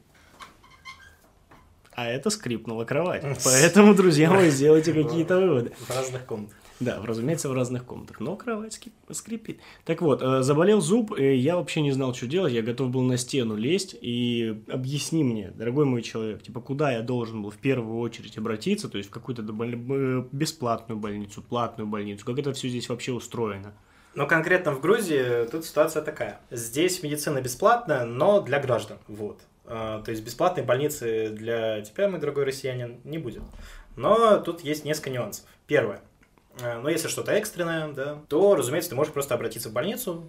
А это скрипнула кровать. Поэтому, друзья мои, сделайте какие-то выводы. В разных комнатах. Да, разумеется, в разных комнатах, но кровать скрипит. Так вот, заболел зуб, и я вообще не знал, что делать, я готов был на стену лезть, и объясни мне, дорогой мой человек, типа, куда я должен был в первую очередь обратиться, то есть в какую-то бесплатную больницу, платную больницу, как это все здесь вообще устроено? Ну, конкретно в Грузии тут ситуация такая. Здесь медицина бесплатная, но для граждан, вот. То есть бесплатной больницы для тебя, мой дорогой россиянин, не будет. Но тут есть несколько нюансов. Первое. Но если что-то экстренное, да, то, разумеется, ты можешь просто обратиться в больницу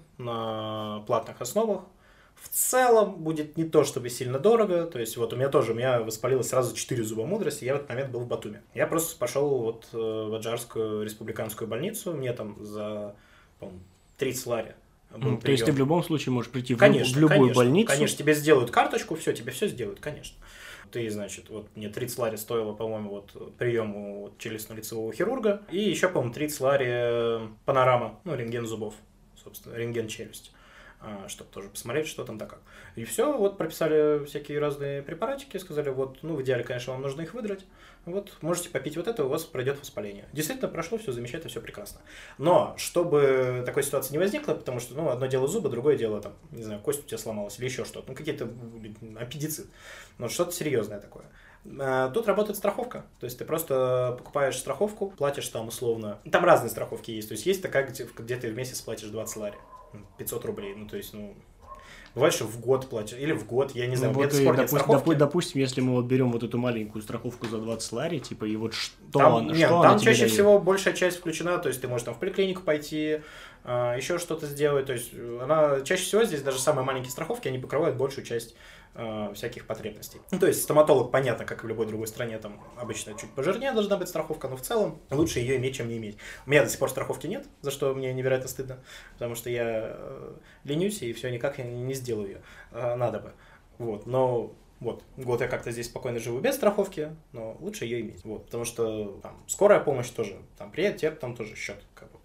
на платных основах. В целом будет не то, чтобы сильно дорого. То есть вот у меня воспалилось сразу 4 зуба мудрости, я в этот момент был в Батуми. Я просто пошел вот в Аджарскую республиканскую больницу, мне там за, по-моему, 30 лари. То есть ты в любом случае можешь прийти в любую больницу? Конечно, тебе сделают карточку, тебе все сделают, конечно. Ты, значит, вот мне 30 лари стоило, по-моему, вот прием у челюстно-лицевого хирурга, и еще, по-моему, 30 лари панорама, ну, рентген зубов, собственно, рентген челюсти, чтобы тоже посмотреть, что там да как. И все, вот прописали всякие разные препаратики, сказали, вот, ну, в идеале, конечно, вам нужно их выдрать, вот, можете попить вот это, у вас пройдет воспаление. Действительно, прошло, все замечательно, все прекрасно. Но, чтобы такой ситуации не возникло, потому что, ну, одно дело зубы, другое дело, там, не знаю, кость у тебя сломалась или еще что-то, ну, какие-то аппендицит, ну, что-то серьезное такое. Тут работает страховка, то есть ты просто покупаешь страховку, платишь там условно, там разные страховки есть, то есть есть такая, где ты в месяц платишь 20 лари, 500 рублей, ну, то есть, ну, бывает, что в год платишь, или в год, я не знаю, вот допустим, если мы вот берем вот эту маленькую страховку за 20 лари, типа, и вот что там чаще всего большая часть включена, то есть ты можешь там в поликлинику пойти, еще что-то сделать, то есть она чаще всего здесь даже самые маленькие страховки, они покрывают большую часть всяких потребностей. Ну, то есть стоматолог, понятно, как и в любой другой стране, там обычно чуть пожирнее должна быть страховка, но в целом лучше ее иметь, чем не иметь. У меня до сих пор страховки нет, за что мне невероятно стыдно, потому что я ленюсь и все никак не сделаю ее. Надо бы. Вот, но вот, год я как-то здесь спокойно живу без страховки, но лучше ее иметь. Вот, потому что там скорая помощь тоже, там приедет, тебе там тоже счет как бы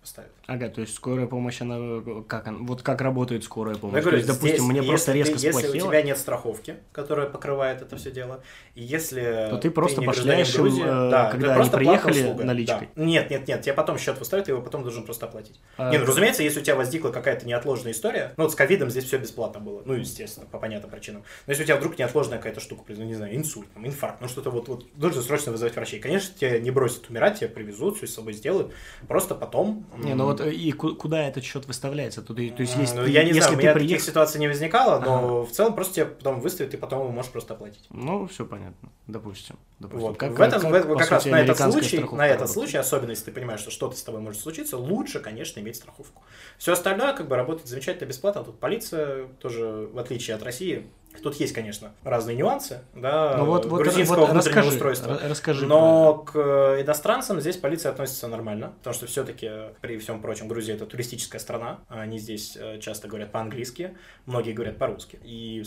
поставят. Ага, то есть скорая помощь, она вот как работает скорая помощь? Я говорю, то есть, допустим, мне просто резко сплохело. Если у тебя нет страховки, которая покрывает это все дело, и если то ты просто не пошлешь им, Грузии, когда они приехали, наличкой? Да. Нет, тебе потом счет выставят, ты его потом должен просто оплатить. Нет, разумеется, если у тебя возникла какая-то неотложная история, ну вот с ковидом здесь все бесплатно было, ну естественно, по понятным причинам. Но если у тебя вдруг неотложная какая-то штука, ну не знаю, инсульт, инфаркт, ну что-то вот нужно срочно вызывать врачей. Конечно, тебя не бросят умирать, тебя привезут, все с собой сделают, просто потом... Не, ну вот и куда этот счет выставляется? То есть, я не знаю, у меня таких ситуаций не возникало, но в целом просто тебе потом выставят, и потом его можешь просто оплатить. Ну, все понятно, допустим. Вот. Как раз на этот случай, особенно если ты понимаешь, что что-то с тобой может случиться, лучше, конечно, иметь страховку. Все остальное как бы работает замечательно бесплатно. Тут полиция тоже, в отличие от России, тут есть, конечно, разные нюансы, да, грузинского внутреннего устройства. Расскажи. Но к иностранцам здесь полиция относится нормально, потому что все-таки, при всем прочем, Грузия — это туристическая страна, они здесь часто говорят по-английски, многие говорят по-русски. И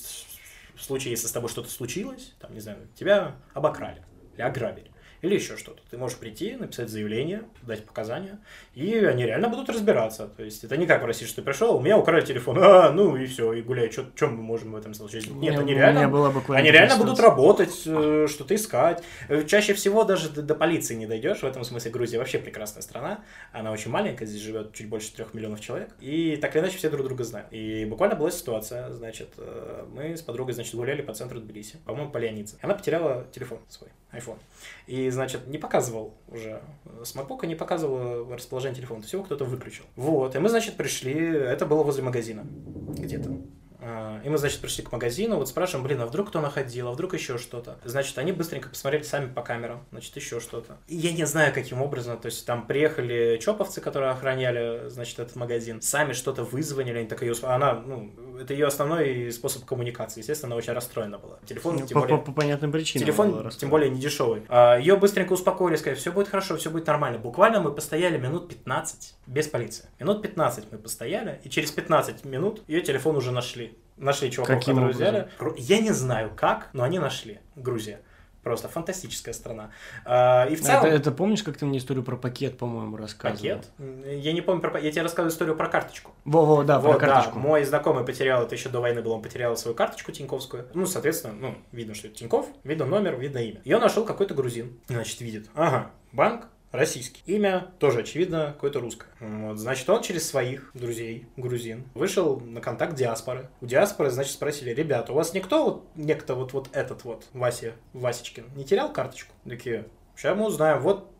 в случае, если с тобой что-то случилось, там, не знаю, тебя обокрали или ограбили, или еще что-то. Ты можешь прийти, написать заявление, дать показания, и они реально будут разбираться. То есть это не как в России, что ты пришел, у меня украли телефон, ну и все, и гуляй, что мы можем в этом случае? Нет, они реально будут работать, что-то искать. Чаще всего даже до полиции не дойдешь, в этом смысле Грузия вообще прекрасная страна, она очень маленькая, здесь живет чуть больше 3 миллионов человек, и так или иначе все друг друга знают. И буквально была ситуация, значит, мы с подругой, значит, гуляли по центру Тбилиси, по-моему, по Леонидзе. Она потеряла телефон свой, iPhone. И, значит, не показывал уже с MacBook, не показывал расположение телефона. То есть его кто-то выключил. Вот. И мы, значит, пришли, это было возле магазина где-то. И мы, значит, пришли к магазину, вот спрашиваем, а вдруг кто находил, а вдруг еще что-то. Значит, они быстренько посмотрели сами по камерам, значит, еще что-то. И я не знаю, каким образом, то есть там приехали чоповцы, которые охраняли, значит, этот магазин, сами что-то вызвонили, они так ее... это ее основной способ коммуникации, естественно, она очень расстроена была. Телефон, по понятным причинам. Телефон, тем более, не дешевый. Ее быстренько успокоили, сказали, все будет хорошо, все будет нормально. Буквально мы постояли минут 15 без полиции. Минут 15 мы постояли, и через 15 минут ее телефон уже нашли. Нашли чуваков, которые взяли. Я не знаю как, но они нашли. Грузия. Просто фантастическая страна. И в целом... Это помнишь, как ты мне историю про пакет, по-моему, рассказывал? Пакет? Я не помню я тебе рассказываю историю про карточку. Про карточку. Да. Мой знакомый потерял, это еще до войны было, он потерял свою карточку тиньковскую. Ну, соответственно, видно, что это Тинькофф, видно номер, видно имя. Ее нашел какой-то грузин. Значит, видит. Банк российский. Имя тоже, очевидно, какое-то русское. Вот, значит, он через своих друзей, грузин, вышел на контакт диаспоры. У диаспоры, значит, спросили, ребята, у вас некто этот Васечкин, не терял карточку? Такие, сейчас мы узнаем,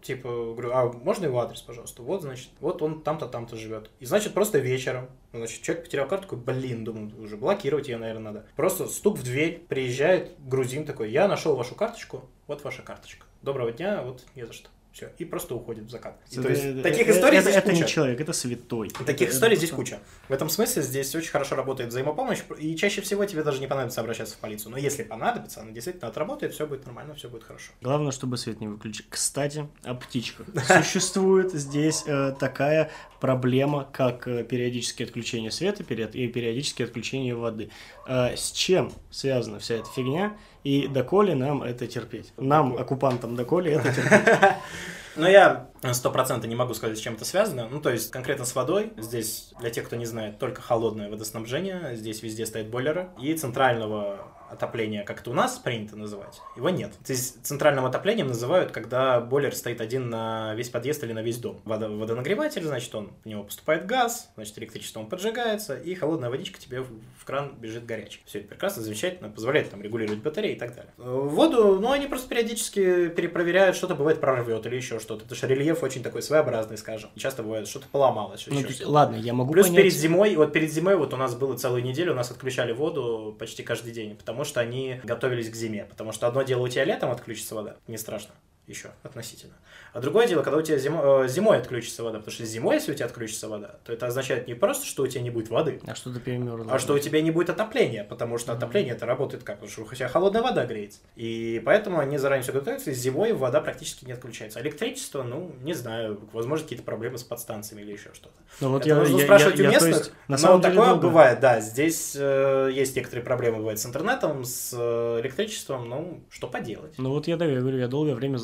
говорю, можно его адрес, пожалуйста? Вот, значит, вот он там-то, там-то живет. И, значит, просто вечером, значит, человек потерял карточку, думаю, уже блокировать ее, наверное, надо. Просто стук в дверь, приезжает грузин такой, я нашел вашу карточку, вот ваша карточка. Доброго дня, вот не за что. Все, и просто уходит в закат. Таких историй здесь куча. Это не человек, это святой. Таких историй здесь куча. В этом смысле здесь очень хорошо работает взаимопомощь, и чаще всего тебе даже не понадобится обращаться в полицию. Но если понадобится, она действительно отработает, все будет нормально, все будет хорошо. Главное, чтобы свет не выключили. Кстати, о птичках. Существует здесь такая проблема, как периодическое отключение света и периодическое отключение воды. С чем связана вся эта фигня? И доколе нам это терпеть? Нам, оккупантам, доколе это терпеть? Но я 100% не могу сказать, с чем это связано. То есть, конкретно с водой. Здесь, для тех, кто не знает, только холодное водоснабжение. Здесь везде стоят бойлеры. И центрального отопления, как это у нас принято называть, его нет. Здесь центральным отоплением называют, когда бойлер стоит один на весь подъезд или на весь дом. Водонагреватель, значит, в него поступает газ, значит, электричество он поджигается, и холодная водичка тебе в кран бежит горячей. Все это прекрасно, замечательно, позволяет там регулировать батареи и так далее. Воду, они просто периодически перепроверяют, что-то бывает прорвет или еще что-то. Потому что рельеф очень такой своеобразный, скажем. Часто бывает, что-то поломалось. Ладно, я могу Плюс понять. перед зимой у нас было целую неделю, у нас отключали воду почти каждый день, потому что они готовились к зиме. Потому что одно дело, у тебя летом отключится вода, не страшно еще относительно. А другое дело, когда у тебя зимой отключится вода. Потому что зимой, если у тебя отключится вода, то это означает не просто, что у тебя не будет воды, а что ты перемерзла. А что у тебя не будет отопления. Потому что отопление это работает как? Потому что у тебя холодная вода греется. И поэтому они заранее все готовятся, и зимой вода практически не отключается. Электричество, не знаю, возможно, какие-то проблемы с подстанциями или еще что-то. Нужно спрашивать у местных, то есть, на самом деле, такое бывает, да. Здесь есть некоторые проблемы бывают с интернетом, с электричеством, что поделать. Я говорю, я долгое время задавался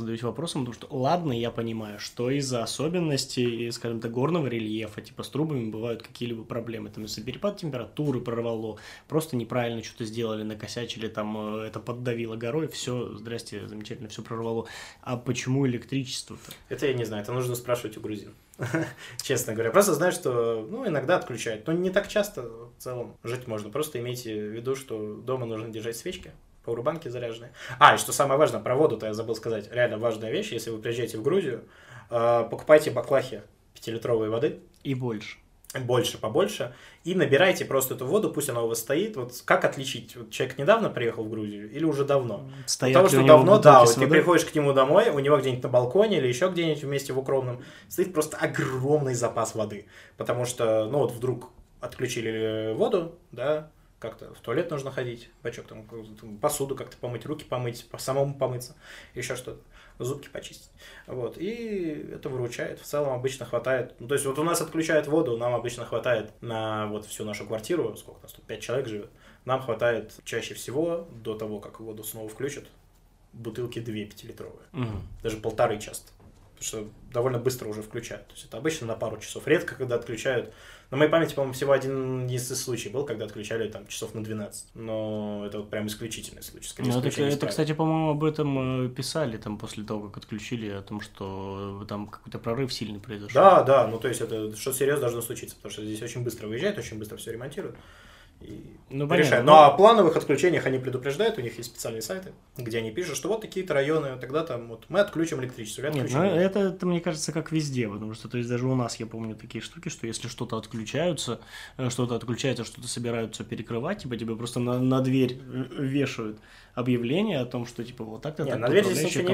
задаюсь вопросом, потому что, ладно, я понимаю, что из-за особенностей, скажем так, горного рельефа, типа с трубами бывают какие-либо проблемы, там из-за перепада температуры прорвало, просто неправильно что-то сделали, накосячили, там это поддавило горой, все, здрасте, замечательно, все прорвало. А почему электричество-то? Это я не знаю, это нужно спрашивать у грузин. Честно говоря. Просто знаю, что иногда отключают. Но не так часто в целом жить можно. Просто имейте в виду, что дома нужно держать свечки, пауэрбанки заряженные. И что самое важное, про воду-то я забыл сказать. Реально важная вещь. Если вы приезжаете в Грузию, покупайте баклахи 5-литровой воды. И больше. Побольше. И набирайте просто эту воду, пусть она у вас стоит. Вот как отличить? Вот человек недавно приехал в Грузию или уже давно? Потому что давно, да, вот ты приходишь к нему домой, у него где-нибудь на балконе или еще где-нибудь вместе в укромном стоит просто огромный запас воды. Потому что, вдруг отключили воду, да, как-то в туалет нужно ходить, бачок, там посуду как-то помыть, руки помыть, самому помыться, еще что-то, зубки почистить. Вот, и это выручает. В целом обычно хватает. То есть вот у нас отключают воду, нам обычно хватает на вот всю нашу квартиру, сколько у нас тут, 5 человек живет, нам хватает чаще всего, до того, как воду снова включат, бутылки 2 5-литровые. Даже 1,5 часто. Потому что довольно быстро уже включают. То есть это обычно на пару часов. Редко, когда отключают. На моей памяти, по-моему, всего один единственный случай был, когда отключали там часов на 12. Но это вот прям исключительный случай. Это, кстати, по-моему, об этом писали там после того, как отключили, о том, что там какой-то прорыв сильный произошел. Да, то есть это что-то серьезно должно случиться, потому что здесь очень быстро выезжают, очень быстро все ремонтируют. И решают. Ну, о плановых отключениях они предупреждают, у них есть специальные сайты, где они пишут, что вот такие-то районы, тогда там вот мы отключим электричество. Нет, это, мне кажется, как везде, потому что, то есть, даже у нас, я помню, такие штуки, что если что-то отключается, что-то собираются перекрывать, типа тебе просто на дверь вешают объявление о том, что типа вот так-то. Нет, на дверь здесь ничего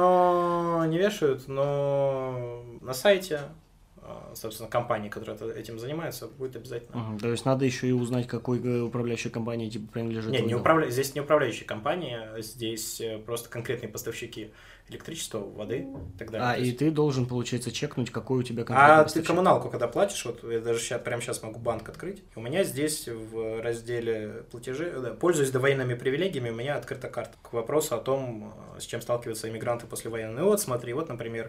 не вешают, но на сайте, собственно, компании, которая этим занимается, будет обязательно. То есть надо еще и узнать, какой управляющей компании типа принадлежит. Нет, здесь не управляющая компания, здесь просто конкретные поставщики электричества, воды и так далее. И ты должен, получается, чекнуть, какой у тебя конкретный поставщик. Ты коммуналку когда платишь, вот я даже прямо сейчас могу банк открыть, у меня здесь в разделе платежи, пользуясь довоенными привилегиями, у меня открыта карта. К вопросу о том, с чем сталкиваются иммигранты послевоенные. Вот смотри, вот, например,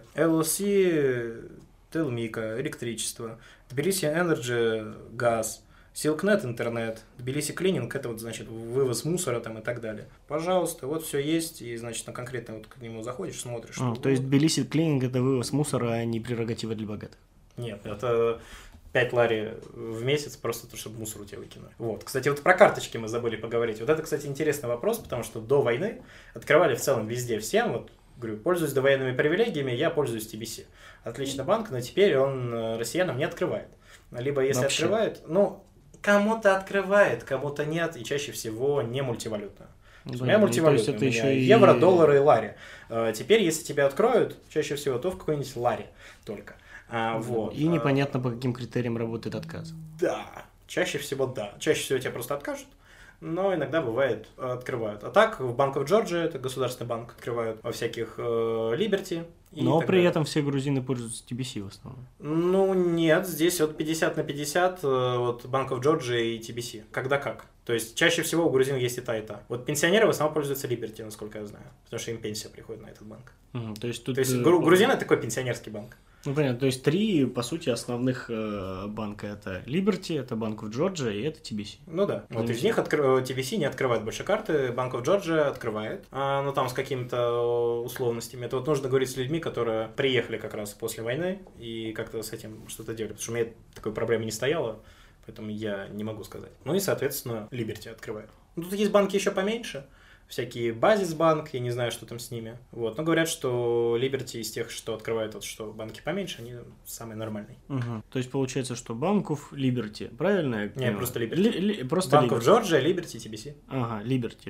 LLC, Телмика, электричество, Тбилиси Энерджи, газ, Силкнет, интернет, Тбилиси Клининг, это вот, значит, вывоз мусора там и так далее. Пожалуйста, вот все есть, и, значит, конкретно вот к нему заходишь, смотришь. То есть Тбилиси Клининг – это вывоз мусора, а не прерогатива для богатых? Нет, это 5 лари в месяц, просто то, чтобы мусор у тебя выкинули. Вот, кстати, вот про карточки мы забыли поговорить. Вот это, кстати, интересный вопрос, потому что до войны открывали в целом везде всем, вот, говорю, пользуюсь довоенными привилегиями, я пользуюсь TBC. Отлично банк, но теперь он россиянам не открывает. Либо если вообще открывает, кому-то открывает, кому-то нет, и чаще всего не мультивалютно. У меня мультивалютно, у меня евро, доллары и лари. Теперь, если тебя откроют, чаще всего, то в какой-нибудь лари только. Вот. И непонятно, по каким критериям работает отказ. Да, чаще всего да. Чаще всего тебя просто откажут. Но иногда бывает открывают. А так в Bank of Georgia, это государственный банк, открывают во всяких Liberty. Но при этом все грузины пользуются TBC в основном. Нет, здесь вот 50 на 50 вот Bank of Georgia и TBC. Когда как. То есть чаще всего у грузин есть и та, и та. Вот пенсионеры в основном пользуются Liberty, насколько я знаю. Потому что им пенсия приходит на этот банк. То есть грузин это такой пенсионерский банк. Понятно, то есть 3, по сути, основных банка. Это Liberty, это Bank of Georgia и это TBC. Да. Вот из них TBC не открывает больше карты, Bank of Georgia открывает, но там с какими-то условностями. Это вот нужно говорить с людьми, которые приехали как раз после войны и как-то с этим что-то делали. Потому что у меня такой проблемы не стояло, поэтому я не могу сказать. И, соответственно, Liberty открывает. Тут есть банки еще поменьше. Всякие Базисбанк, я не знаю, что там с ними. Вот. Но говорят, что Liberty из тех, что открывают, что банки поменьше, они самые нормальные. То есть получается, что банков Liberty, правильно? Нет, просто Liberty. Просто Bank of Georgia, Liberty, TBC. Ага, Liberty.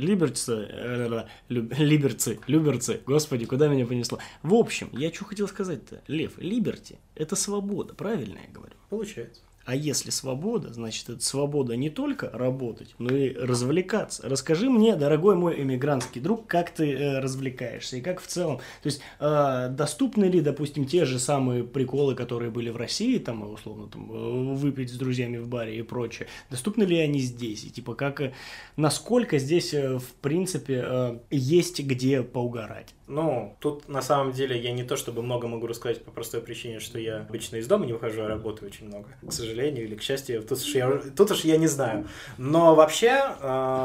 Liberty. Господи, куда меня понесло? В общем, я что хотел сказать-то? Лев, Liberty – это свобода, правильно я говорю? Получается. А если свобода, значит, это свобода не только работать, но и развлекаться. Расскажи мне, дорогой мой эмигрантский друг, как ты развлекаешься и как в целом. То есть, доступны ли, допустим, те же самые приколы, которые были в России, там, условно, там, выпить с друзьями в баре и прочее, доступны ли они здесь? И, типа, насколько здесь, в принципе, есть где поугарать? Ну, тут на самом деле я не то чтобы много могу рассказать по простой причине, что я обычно из дома не выхожу, а работаю очень много. К сожалению или к счастью, тут уж я не знаю. Но вообще,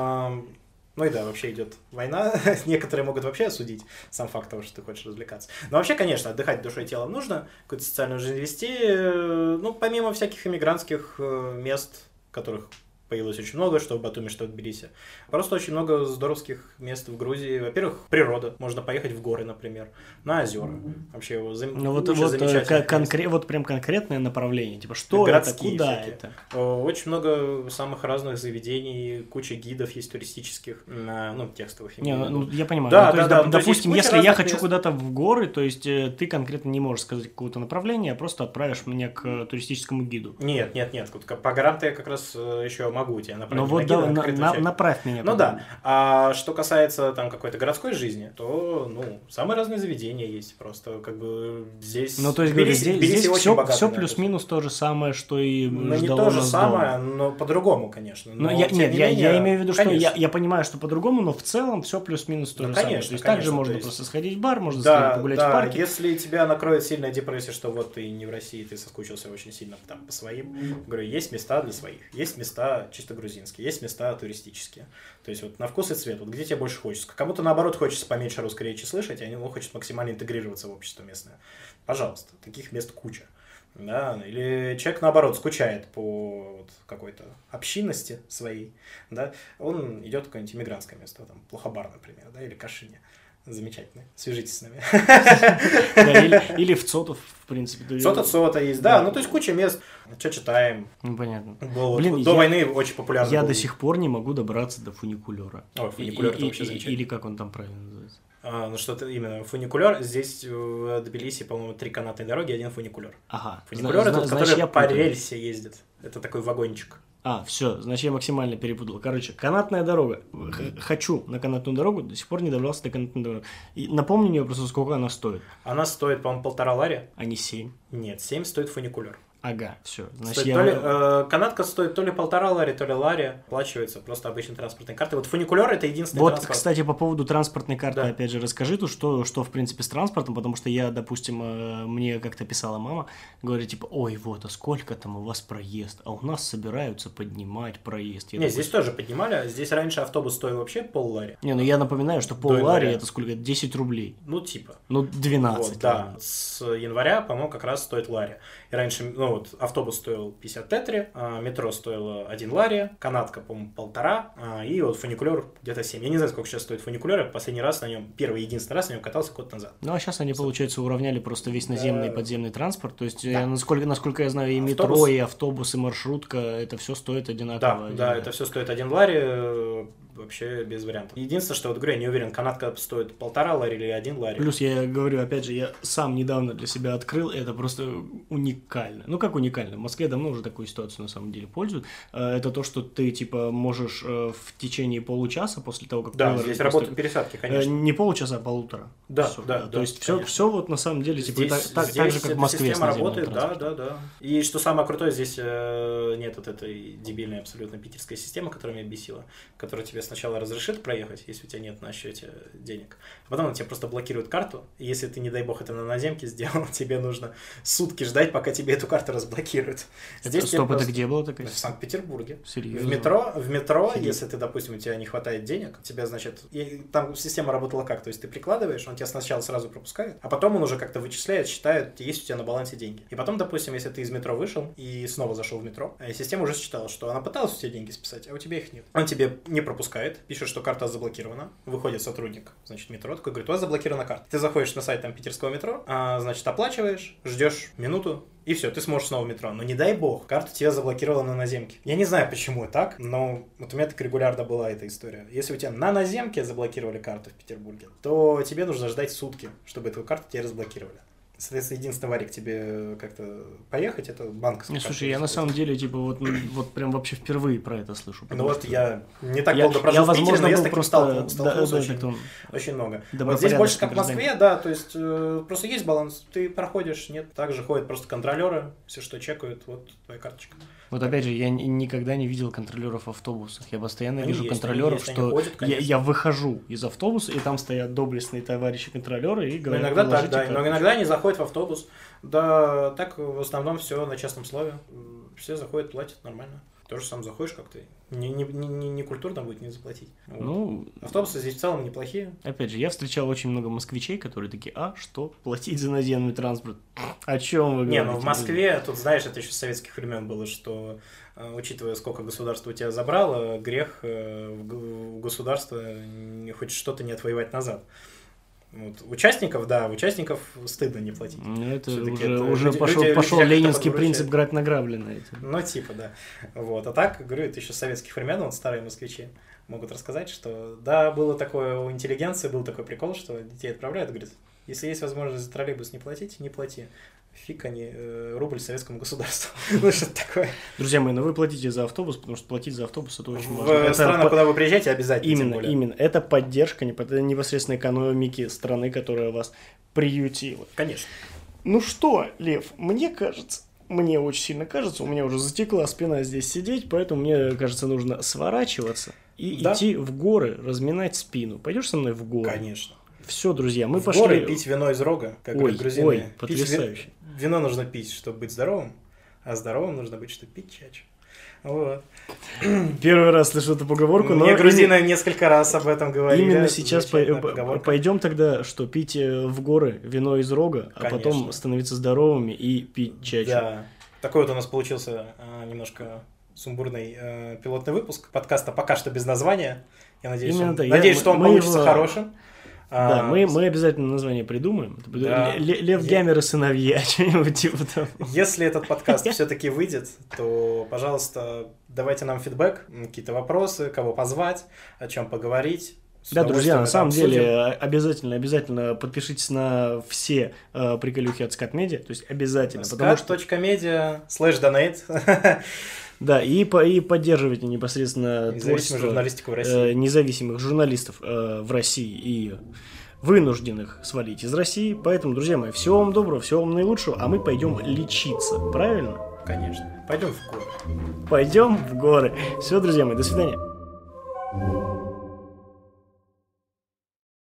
ну и да, вообще идет война. Некоторые могут вообще осудить сам факт того, что ты хочешь развлекаться. Но вообще, конечно, отдыхать душой и телом нужно, какую-то социальную жизнь вести. Ну, помимо всяких иммигрантских мест, которых появилось очень много, что в Батуми, что в Тбилиси. Просто очень много здоровских мест в Грузии. Во-первых, природа. Можно поехать в горы, например, на озера. Вообще его замечательно. Вот прям конкретное направление. Типа, что это, куда всякие. это? Очень много самых разных заведений, куча гидов есть туристических, текстовых. Я понимаю. Да, допустим, если я хочу куда-то в горы, то есть ты конкретно не можешь сказать какого-то направления, а просто отправишь меня к туристическому гиду. Нет. По горам-то я как раз еще могу тебя направить. Ну вот направь меня. Ну да. А что касается там какой-то городской жизни, то самые разные заведения есть. Просто как бы здесь. Ну то есть здесь все плюс-минус то же самое, что и ну не то же самое, но по-другому, конечно. Я имею в виду, что я понимаю, что по-другому, но в целом все плюс-минус то же самое. То есть также можно просто сходить в бар, можно сходить погулять в парке. Если тебя накроет сильная депрессия, что вот ты не в России, ты соскучился очень сильно там по своим. Говорю, есть места для своих, есть места чисто грузинские, есть места туристические. То есть вот на вкус и цвет, вот где тебе больше хочется. Кому-то наоборот хочется поменьше русской речи слышать, а ему хочет максимально интегрироваться в общество местное. Пожалуйста, таких мест куча. Да, или человек, наоборот, скучает по какой-то общинности своей, да, он идет в какое-нибудь иммигрантское место, там, Плохобар, например, да, или Кашине. Замечательно. Свяжитесь с нами. Или в Цотов, в принципе. Цота есть, да. Ну, то есть куча мест. Что читаем? Ну, понятно. До войны очень популярно. Я до сих пор не могу добраться до фуникулера. Ой, фуникулер это вообще замечательно. Или как он там правильно называется? Ну, что-то именно фуникулер. Здесь в Тбилиси, по-моему, 3 канатные дороги, 1 фуникулер. Ага. Фуникулер это который по рельсе ездит. Это такой вагончик. Все, значит, я максимально перепутал. Короче, канатная дорога. Хочу на канатную дорогу, до сих пор не добрался до канатной дороги. И напомни мне просто, сколько она стоит. Она стоит, по-моему, 1,5 лари. А не 7? Нет, 7 стоит фуникулер. Ага, все. Значит, канатка стоит то ли 1,5 лари, то ли лари. Оплачивается просто обычной транспортной картой. Вот фуникулер это единственный транспорт. Вот, кстати, по поводу транспортной карты, опять же, расскажи тут, что в принципе с транспортом, потому что я, допустим, мне как-то писала мама, говорит, типа, ой, вот, а сколько там у вас проезд? А у нас собираются поднимать проезд. Не, здесь тоже поднимали. Здесь раньше автобус стоил вообще пол-лари. Не, ну я напоминаю, что пол-лари это сколько? 10 рублей. Ну, типа. Ну, 12. Вот, да. С января, по-моему, как раз стоит лари. И раньше, автобус стоил 50 тетри, метро стоило 1 лари, канатка, по-моему, 1,5, и вот фуникулер где-то 7. Я не знаю, сколько сейчас стоит фуникулер, я последний раз на нем, единственный раз на нем катался год назад. Ну, а сейчас они, получается, уравняли просто весь наземный и подземный транспорт, то есть, насколько я знаю, и метро, и автобус, и маршрутка, это все стоит одинаково. Да, это все стоит 1 лари, вообще без вариантов. Единственное, что, вот говорю, я не уверен, канатка стоит 1,5 лари или 1 лари. Плюс я говорю, опять же, я сам недавно для себя открыл, это просто уникально. Ну, как уникально? В Москве давно уже такую ситуацию на самом деле пользуют. Это то, что ты, типа, можешь в течение получаса после того, как... Да, здесь работают пересадки, конечно. Не получаса, а полутора. Да, все, да. То есть все вот на самом деле, типа, так же, как в Москве. Система работает, да. И что самое крутое, здесь нет вот этой дебильной абсолютно питерской системы, которая меня бесила, которая тебе сначала разрешит проехать, если у тебя нет на счете денег, а потом он тебе просто блокирует карту, и если ты, не дай бог, это на наземке сделал, тебе нужно сутки ждать, пока тебе эту карту разблокируют. Здесь это где было такое? В Санкт-Петербурге. Серьезно? В метро, если ты, допустим, у тебя не хватает денег, тебя, значит, там система работала как, то есть ты прикладываешь, он тебя сначала сразу пропускает, а потом он уже как-то вычисляет, считает, есть у тебя на балансе деньги. И потом, допустим, если ты из метро вышел и снова зашел в метро, система уже считала, что она пыталась у тебя деньги списать, а у тебя их нет. Он тебе не пропускает, пишет, что карта заблокирована, выходит сотрудник, значит, метро, такой говорит, у вас заблокирована карта. Ты заходишь на сайт там питерского метро, значит, оплачиваешь, ждешь минуту, и все, ты сможешь снова в метро. Но не дай бог, карту тебя заблокировала на наземке. Я не знаю, почему так, но вот у меня так регулярно была эта история. Если у тебя на наземке заблокировали карту в Петербурге, то тебе нужно ждать сутки, чтобы эту карту тебе разблокировали. Соответственно, единственный варик тебе как-то поехать, это банковский. Слушай, я на самом деле, типа, вот прям вообще впервые про это слышу. Ну вот я не так долго прожил в Питере, но я с таким столкнулся очень много. Вот здесь больше как в Москве, да, то есть просто есть баланс, ты проходишь, нет, также ходят просто контролеры, все, что чекают, вот твоя карточка. Вот опять же, я никогда не видел контролеров в автобусах. Я постоянно вижу контролеров, что я выхожу из автобуса, и там стоят доблестные товарищи-контролеры и говорят... Иногда так, да, но иногда они заходят в автобус. Да, так в основном все на честном слове. Все заходят, платят нормально. Тоже сам заходишь как-то. Не культурно будет не заплатить. Вот. Ну, автобусы здесь в целом неплохие. Опять же, я встречал очень много москвичей, которые такие: а что? Платить за наземный транспорт? О чем вы говорите? Не, ну в Москве, тут знаешь, это еще с советских времен было, что учитывая, сколько государство у тебя забрало, грех у государства хоть что-то не отвоевать назад. Вот. Участников стыдно не платить. Ну, это уже пошел ленинский принцип «грать награбленное». Ну, типа, да. Вот. А так, говорю, это еще с советских времен, вот старые москвичи могут рассказать, что да, было такое у интеллигенции, был такой прикол, что детей отправляют, говорят, если есть возможность за троллейбус не платить, не плати. Фиг они, рубль советскому государству. Ну, что-то такое. Друзья мои, вы платите за автобус, потому что платить за автобус это очень важно. В страну, куда вы приезжаете, обязательно. Именно. Это поддержка непосредственно экономики страны, которая вас приютила. Конечно. Ну что, Лев, мне очень сильно кажется, у меня уже затекла спина здесь сидеть, поэтому мне кажется, нужно сворачиваться и идти в горы, разминать спину. Пойдешь со мной в горы? Конечно. Все, друзья, мы пошли. В горы пить вино из рога, как говорят грузины. Ой, потрясающе. Вино нужно пить, чтобы быть здоровым, а здоровым нужно быть, чтобы пить чаще. Вот. Первый раз слышу эту поговорку, но... Мне грузины несколько раз об этом говорили. Именно сейчас пойдем тогда, что пить в горы вино из рога, а потом становиться здоровыми и пить чаще. Да. Такой вот у нас получился немножко сумбурный пилотный выпуск подкаста «Пока что без названия». Я надеюсь, что он получится хорошим. Да, мы обязательно название придумаем. Да. Лев Гямер и сыновья, что-нибудь типа того. Если этот подкаст все-таки выйдет, то, пожалуйста, давайте нам фидбэк, какие-то вопросы, кого позвать, о чем поговорить. Да, друзья, на самом деле обязательно подпишитесь на все приколюхи от SCAT-Media, то есть обязательно. SCAT.media/donate. Да, и поддерживайте непосредственно независимую журналистику в России. Независимых журналистов в России и вынужденных свалить из России. Поэтому, друзья мои, всего вам доброго, всего вам наилучшего, а мы пойдем лечиться, правильно? Конечно. Пойдем в горы. Пойдем в горы. Все, друзья мои, до свидания.